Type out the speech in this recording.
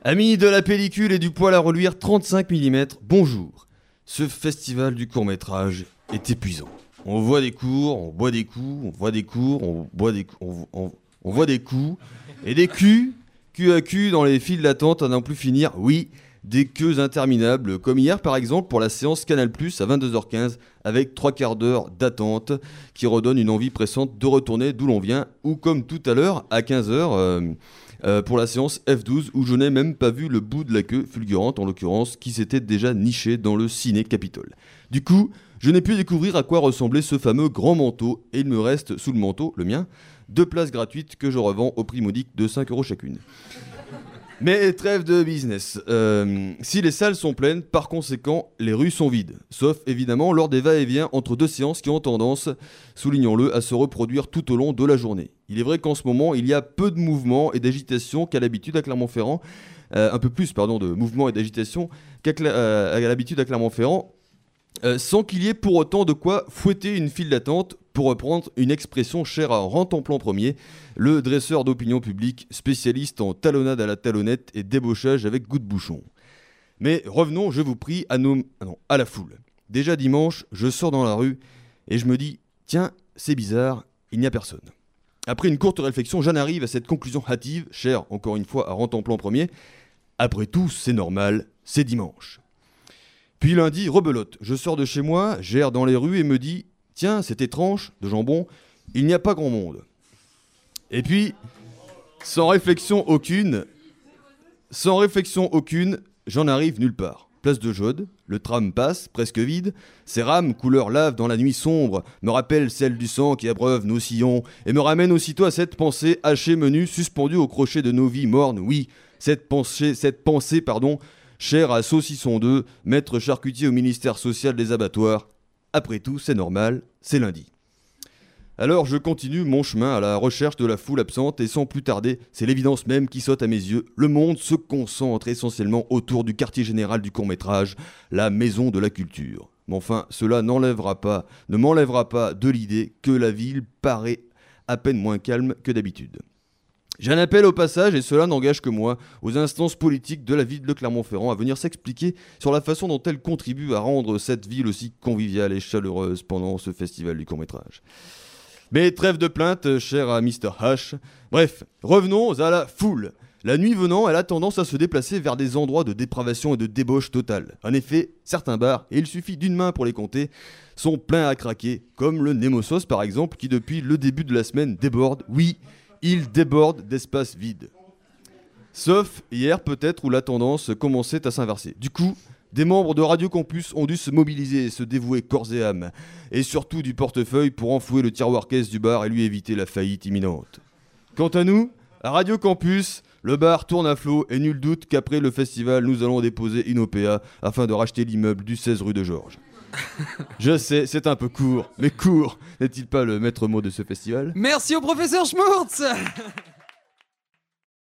Amis de la pellicule et du poil à reluire 35 mm, bonjour. Ce festival du court-métrage est épuisant. On voit des cours, on boit des coups, on voit des cours, on boit des coups, on voit des coups, et des culs, cul à cul dans les files d'attente à n'en plus finir, oui, des queues interminables, comme hier par exemple pour la séance Canal+, à 22h15, avec 3/4 d'heure d'attente, qui redonne une envie pressante de retourner d'où l'on vient, ou comme tout à l'heure, à 15h, pour la séance F12, où je n'ai même pas vu le bout de la queue fulgurante, en l'occurrence, qui s'était déjà nichée dans le Ciné Capitole. Du coup, je n'ai pu découvrir à quoi ressemblait ce fameux grand manteau, et il me reste sous le manteau, le mien, 2 places gratuites que je revends au prix modique de 5 € chacune. Mais trêve de business. Si les salles sont pleines, par conséquent, les rues sont vides. Sauf évidemment lors des va-et-vient entre deux séances qui ont tendance, soulignons-le, à se reproduire tout au long de la journée. Il est vrai qu'en ce moment, il y a peu de mouvements et d'agitation qu'à l'habitude à Clermont-Ferrand. Un peu plus, pardon, de mouvements et d'agitation qu'à l'habitude à Clermont-Ferrand. Sans qu'il y ait pour autant de quoi fouetter une file d'attente, pour reprendre une expression chère à Rantanplan Ier, le dresseur d'opinion publique, spécialiste en talonnade à la talonnette et débauchage avec goût de bouchon. Mais revenons, je vous prie, à la foule. Déjà dimanche, je sors dans la rue et je me dis « Tiens, c'est bizarre, il n'y a personne ». Après une courte réflexion, j'en arrive à cette conclusion hâtive, chère encore une fois à Rantanplan Ier. Après tout, c'est normal, c'est dimanche. Puis lundi, rebelote, je sors de chez moi, j'erre dans les rues et me dis « Tiens, cette tranche de jambon, il n'y a pas grand monde ». Et puis, sans réflexion aucune, j'en arrive nulle part. Place de Jaude, le tram passe, presque vide. Ses rames, couleur lave dans la nuit sombre, me rappellent celle du sang qui abreuve nos sillons et me ramènent aussitôt à cette pensée hachée menue, suspendue au crochet de nos vies mornes. Oui, cette pensée, chère à Saucisson 2, maître charcutier au ministère social des abattoirs. Après tout, c'est normal, c'est lundi. Alors je continue mon chemin à la recherche de la foule absente et sans plus tarder, c'est l'évidence même qui saute à mes yeux. Le monde se concentre essentiellement autour du quartier général du court-métrage, la maison de la culture. Mais enfin, cela ne m'enlèvera pas de l'idée que la ville paraît à peine moins calme que d'habitude. J'ai un appel au passage, et cela n'engage que moi, aux instances politiques de la ville de Clermont-Ferrand à venir s'expliquer sur la façon dont elles contribuent à rendre cette ville aussi conviviale et chaleureuse pendant ce festival du court-métrage. Mais trêve de plainte, cher à Mr. H. Bref, revenons à la foule. La nuit venant, elle a tendance à se déplacer vers des endroits de dépravation et de débauche totale. En effet, certains bars, et il suffit d'une main pour les compter, sont pleins à craquer, comme le Nemosos par exemple, qui depuis le début de la semaine déborde, oui, il déborde d'espaces vides. Sauf hier peut-être où la tendance commençait à s'inverser. Du coup, des membres de Radio Campus ont dû se mobiliser et se dévouer corps et âme, et surtout du portefeuille pour enflouer le tiroir-caisse du bar et lui éviter la faillite imminente. Quant à nous, à Radio Campus, le bar tourne à flot et nul doute qu'après le festival, nous allons déposer une OPA afin de racheter l'immeuble du 16 rue de Georges. Je sais, c'est un peu court, mais court n'est-il pas le maître mot de ce festival ? Merci au professeur Schmurtz.